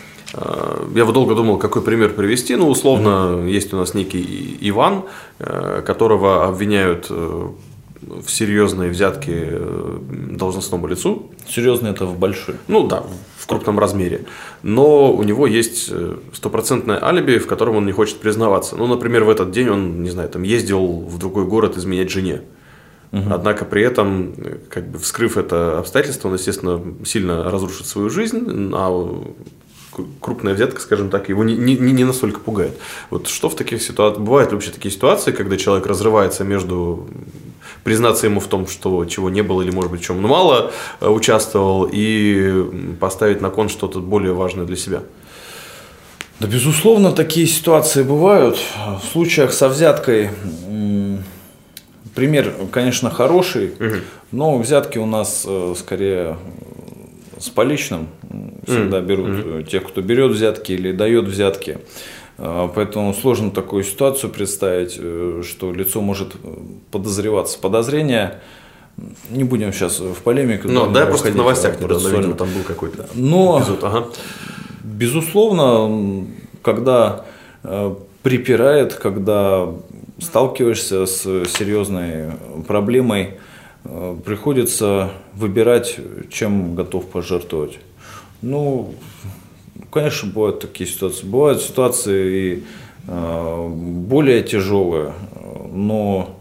Я вот долго думал, какой пример привести. Условно, есть у нас некий Иван, которого обвиняют в серьезной взятке должностному лицу. Серьезно это в большой? В крупном размере. Но у него есть стопроцентное алиби, в котором он не хочет признаваться. Например, в этот день он, ездил в другой город изменять жене. Однако при этом, как бы вскрыв это обстоятельство, он, естественно, сильно разрушит свою жизнь, а крупная взятка, скажем так, его не настолько пугает. Вот что в таких ситуациях? Бывают вообще такие ситуации, когда человек разрывается между признаться ему в том, что чего не было или, может быть, в чем мало участвовал, и поставить на кон что-то более важное для себя? Да, безусловно, такие ситуации бывают. В случаях со взяткой пример, конечно, хороший, но взятки у нас скорее с поличным всегда берут тех, кто берет взятки или дает взятки. Поэтому сложно такую ситуацию представить, что лицо может подозреваться. Подозрения, не будем сейчас в полемику. Ну, да, просто в новостях видимо, там был какой-то эпизод. Безусловно, когда припирает, когда сталкиваешься с серьезной проблемой, приходится выбирать, чем готов пожертвовать. Ну, конечно, бывают такие ситуации. Бывают ситуации и более тяжелые, но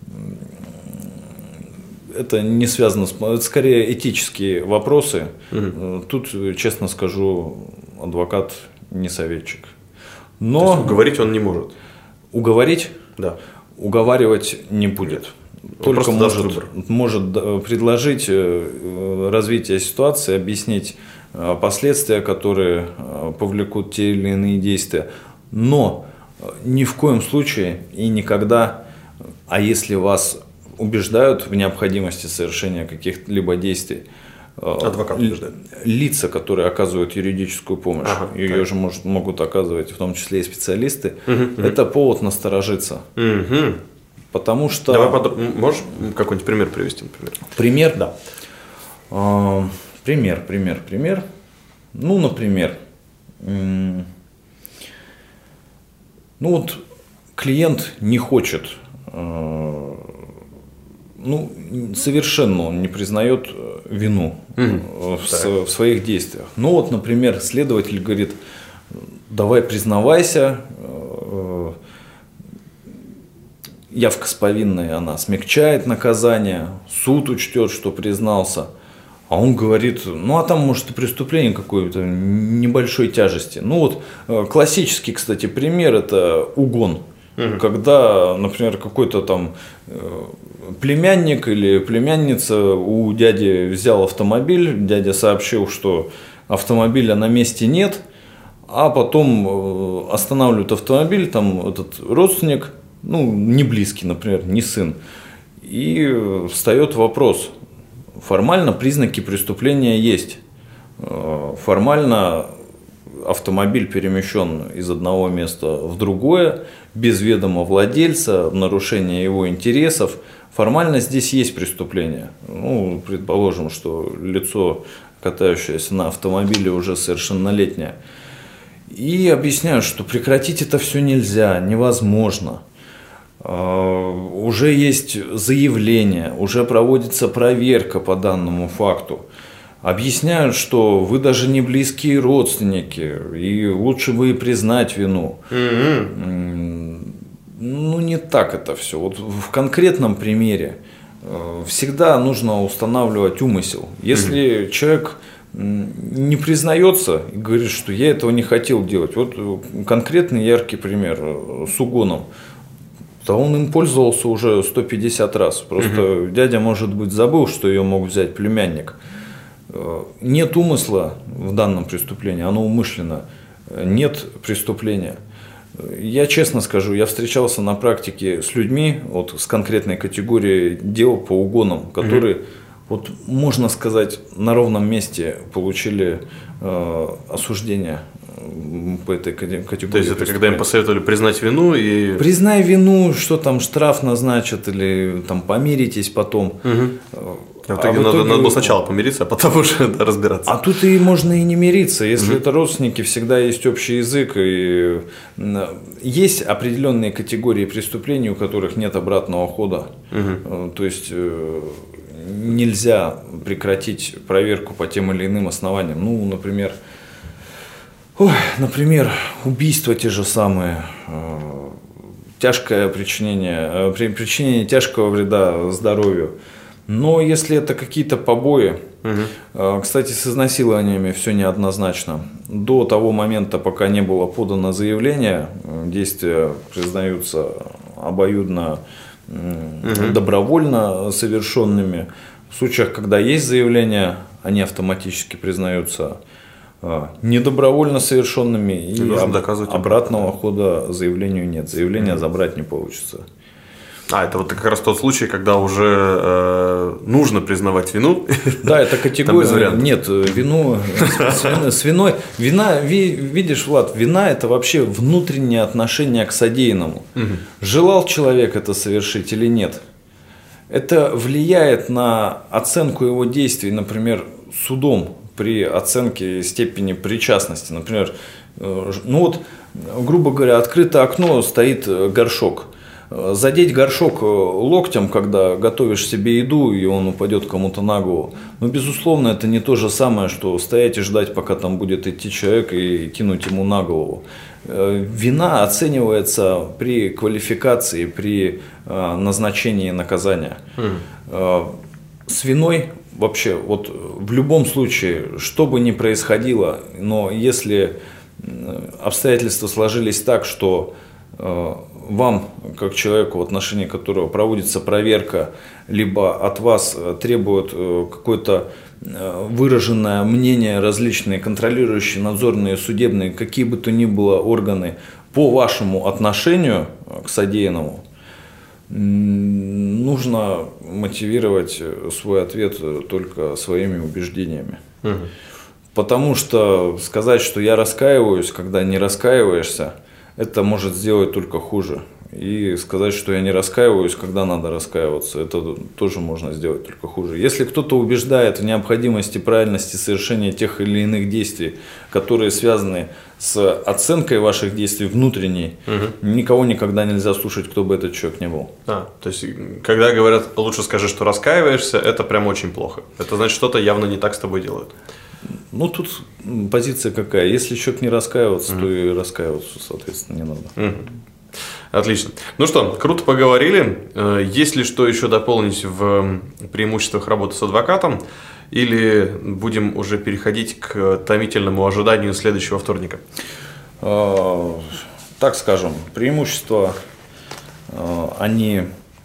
это не связано с... Это скорее этические вопросы. Тут, честно скажу, адвокат не советчик. Но то есть уговорить он не может? Уговорить? Да. Уговаривать не будет. Только может предложить развитие ситуации, объяснить последствия, которые повлекут те или иные действия. Но ни в коем случае и никогда, а если вас убеждают в необходимости совершения каких-либо действий, адвокат убеждает. Лица, которые оказывают юридическую помощь, ее же могут оказывать в том числе и специалисты, это повод насторожиться. Потому что... Давай можешь какой-нибудь пример привести, например? Пример? Да. Пример. Ну, например, клиент не хочет, совершенно он не признает вину в своих действиях. Например, следователь говорит, давай признавайся, явка с повинной, она смягчает наказание, суд учтет, что признался. А он говорит, а там может и преступление какое-то небольшой тяжести. Классический, кстати, пример – это угон. Когда, например, какой-то там племянник или племянница у дяди взял автомобиль, дядя сообщил, что автомобиля на месте нет, а потом останавливают автомобиль, там этот родственник, не близкий, например, не сын, и встает вопрос. Формально признаки преступления есть. Формально автомобиль перемещен из одного места в другое, без ведома владельца, в нарушение его интересов. Формально здесь есть преступление. Предположим, что лицо, катающееся на автомобиле, уже совершеннолетнее. И объясняют, что прекратить это все нельзя, невозможно. Уже есть заявление, уже проводится проверка по данному факту. Объясняют, что вы даже не близкие родственники, и лучше бы и признать вину. Не так это все. В конкретном примере всегда нужно устанавливать умысел. Если человек не признается и говорит, что я этого не хотел делать, конкретный яркий пример с угоном. То он им пользовался уже 150 раз. Просто дядя, может быть, забыл, что ее мог взять племянник. Нет умысла в данном преступлении, оно умышленно. Нет преступления. Я честно скажу, я встречался на практике с людьми, с конкретной категорией дел по угонам, которые, можно сказать, на ровном месте получили осуждение по этой категории. То есть это когда им посоветовали признать вину и... Признай вину, что там штраф назначат или там помиритесь потом. В итоге надо было сначала помириться, а потом уже разбираться. А тут и можно и не мириться, если это родственники, всегда есть общий язык. И есть определенные категории преступлений, у которых нет обратного хода. То есть нельзя прекратить проверку по тем или иным основаниям. Например, убийства те же самые. тяжкое причинение тяжкого вреда здоровью. Но если это какие-то побои, кстати, с изнасилованиями все неоднозначно. До того момента, пока не было подано заявление, действия признаются обоюдно добровольно совершенными. В случаях, когда есть заявление, они автоматически признаются недобровольно совершенными, и обратного хода заявлению нет. Заявление забрать не получится. Это вот как раз тот случай, когда уже нужно признавать вину. Да, это категория. Нет, вину с виной. Вина, видишь, Влад, вина – это вообще внутреннее отношение к содеянному. Желал человек это совершить или нет? Это влияет на оценку его действий, например, судом при оценке степени причастности. Например, грубо говоря, открыто окно, стоит горшок. Задеть горшок локтем, когда готовишь себе еду, и он упадет кому-то на голову, безусловно, это не то же самое, что стоять и ждать, пока там будет идти человек, и кинуть ему на голову. Вина оценивается при квалификации, при назначении наказания. С виной вообще, вот в любом случае, что бы ни происходило, но если обстоятельства сложились так, что вам, как человеку, в отношении которого проводится проверка, либо от вас требуют какое-то выраженное мнение различные контролирующие, надзорные, судебные, какие бы то ни было органы по вашему отношению к содеянному, нужно мотивировать свой ответ только своими убеждениями. Потому что сказать, что я раскаиваюсь, когда не раскаиваешься, это может сделать только хуже. И сказать, что я не раскаиваюсь, когда надо раскаиваться, это тоже можно сделать только хуже. Если кто-то убеждает в необходимости, правильности совершения тех или иных действий, которые связаны с оценкой ваших действий внутренней, никого никогда нельзя слушать, кто бы этот человек ни был. То есть, когда говорят, лучше скажи, что раскаиваешься, это прям очень плохо. Это значит, что-то явно не так с тобой делают. Тут позиция какая? Если человек не раскаивается, то и раскаиваться, соответственно, не надо. Отлично. Ну что, круто поговорили. Есть ли что еще дополнить в преимуществах работы с адвокатом? Или будем уже переходить к томительному ожиданию следующего вторника? Так скажем, преимущества, они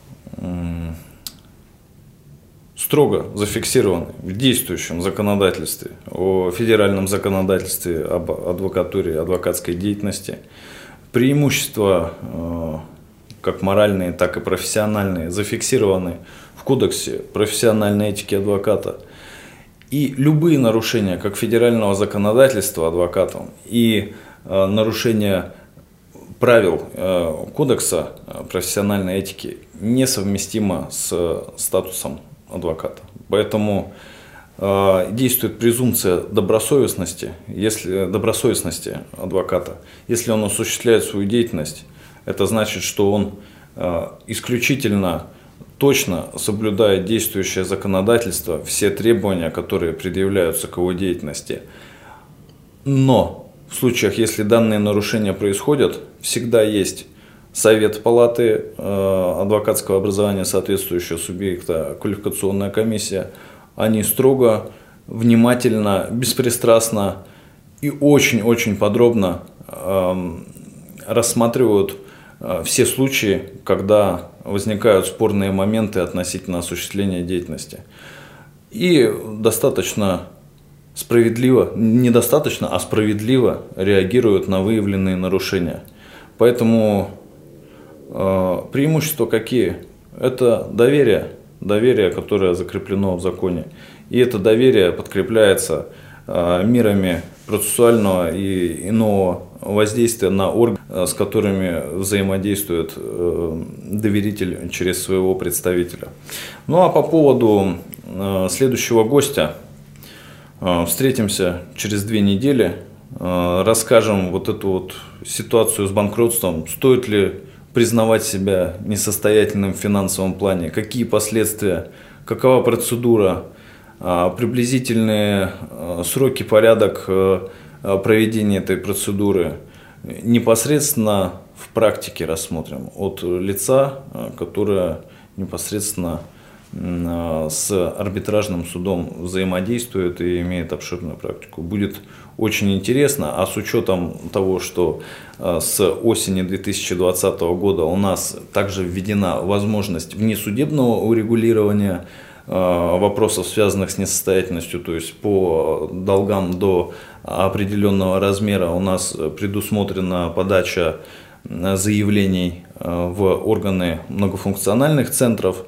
строго зафиксированы в действующем законодательстве, о федеральном законодательстве об адвокатуре, адвокатской деятельности. Преимущества, как моральные, так и профессиональные, зафиксированы в Кодексе профессиональной этики адвоката. И любые нарушения как федерального законодательства адвокатом и нарушения правил Кодекса профессиональной этики несовместимо с статусом адвоката. Поэтому действует презумпция добросовестности адвоката. Если он осуществляет свою деятельность, это значит, что он исключительно точно соблюдает действующее законодательство, все требования, которые предъявляются к его деятельности. Но в случаях, если данные нарушения происходят, всегда есть Совет палаты адвокатского образования соответствующего субъекта, квалификационная комиссия. Они строго, внимательно, беспристрастно и очень-очень подробно рассматривают все случаи, когда возникают спорные моменты относительно осуществления деятельности. И достаточно справедливо, недостаточно, а справедливо реагируют на выявленные нарушения. Поэтому преимущества какие? Это доверие, которое закреплено в законе. И это доверие подкрепляется мерами процессуального и иного воздействия на органы, с которыми взаимодействует доверитель через своего представителя. Ну а по поводу следующего гостя, встретимся через 2 недели, расскажем вот эту вот ситуацию с банкротством, стоит ли признавать себя несостоятельным в финансовом плане, какие последствия, какова процедура, приблизительные сроки, порядок проведения этой процедуры непосредственно в практике рассмотрим от лица, которое непосредственно с арбитражным судом взаимодействует и имеет обширную практику. Будет очень интересно, а с учетом того, что с осени 2020 года у нас также введена возможность внесудебного урегулирования вопросов, связанных с несостоятельностью, то есть по долгам до определенного размера у нас предусмотрена подача заявлений в органы многофункциональных центров.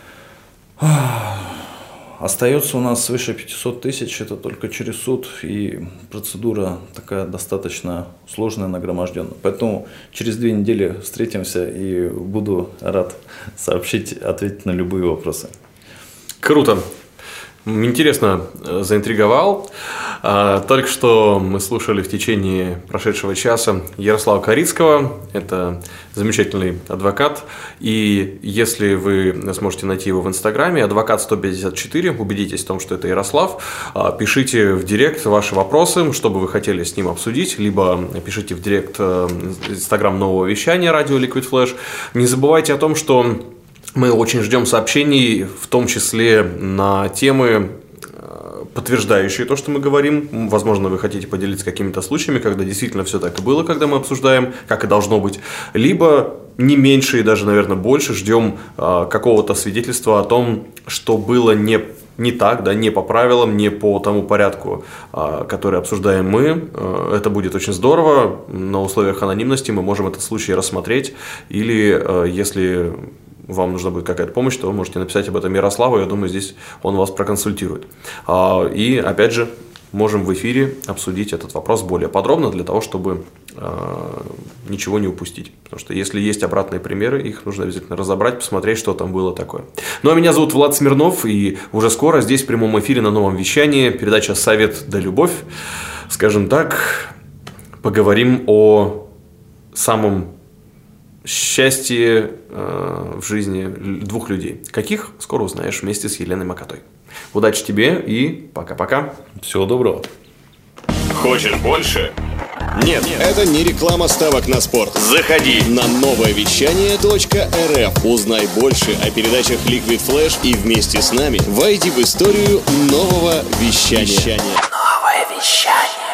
Остается у нас свыше 500 тысяч, это только через суд, и процедура такая достаточно сложная, нагроможденная. Поэтому через 2 недели встретимся и буду рад сообщить, ответить на любые вопросы. Круто. Интересно заинтриговал. Только что мы слушали в течение прошедшего часа Ярослава Корицкого. Это замечательный адвокат. И если вы сможете найти его в Инстаграме, адвокат 154, убедитесь в том, что это Ярослав, пишите в директ ваши вопросы, что бы вы хотели с ним обсудить, либо пишите в директ Инстаграм нового вещания радио Liquid Flash. Не забывайте о том, что мы очень ждем сообщений, в том числе на темы, подтверждающие то, что мы говорим. Возможно, вы хотите поделиться какими-то случаями, когда действительно все так и было, когда мы обсуждаем, как и должно быть. Либо не меньше и даже, наверное, больше ждем какого-то свидетельства о том, что было не так, да, не по правилам, не по тому порядку, который обсуждаем мы. Это будет очень здорово. На условиях анонимности мы можем этот случай рассмотреть. Или если вам нужна будет какая-то помощь, то вы можете написать об этом Ярославу, я думаю, здесь он вас проконсультирует. И, опять же, можем в эфире обсудить этот вопрос более подробно, для того, чтобы ничего не упустить. Потому что если есть обратные примеры, их нужно обязательно разобрать, посмотреть, что там было такое. Ну, а меня зовут Влад Смирнов, и уже скоро здесь в прямом эфире на новом вещании передача «Совет да любовь». Скажем так, поговорим о самом счастье в жизни 2 людей. Каких? Скоро узнаешь вместе с Еленой Макотой. Удачи тебе и пока-пока. Всего доброго. Хочешь больше? Нет, это не реклама ставок на спорт. Заходи на нововещание.рф. Узнай больше о передачах Liquid Flash и вместе с нами войди в историю нового вещания. Новое вещание.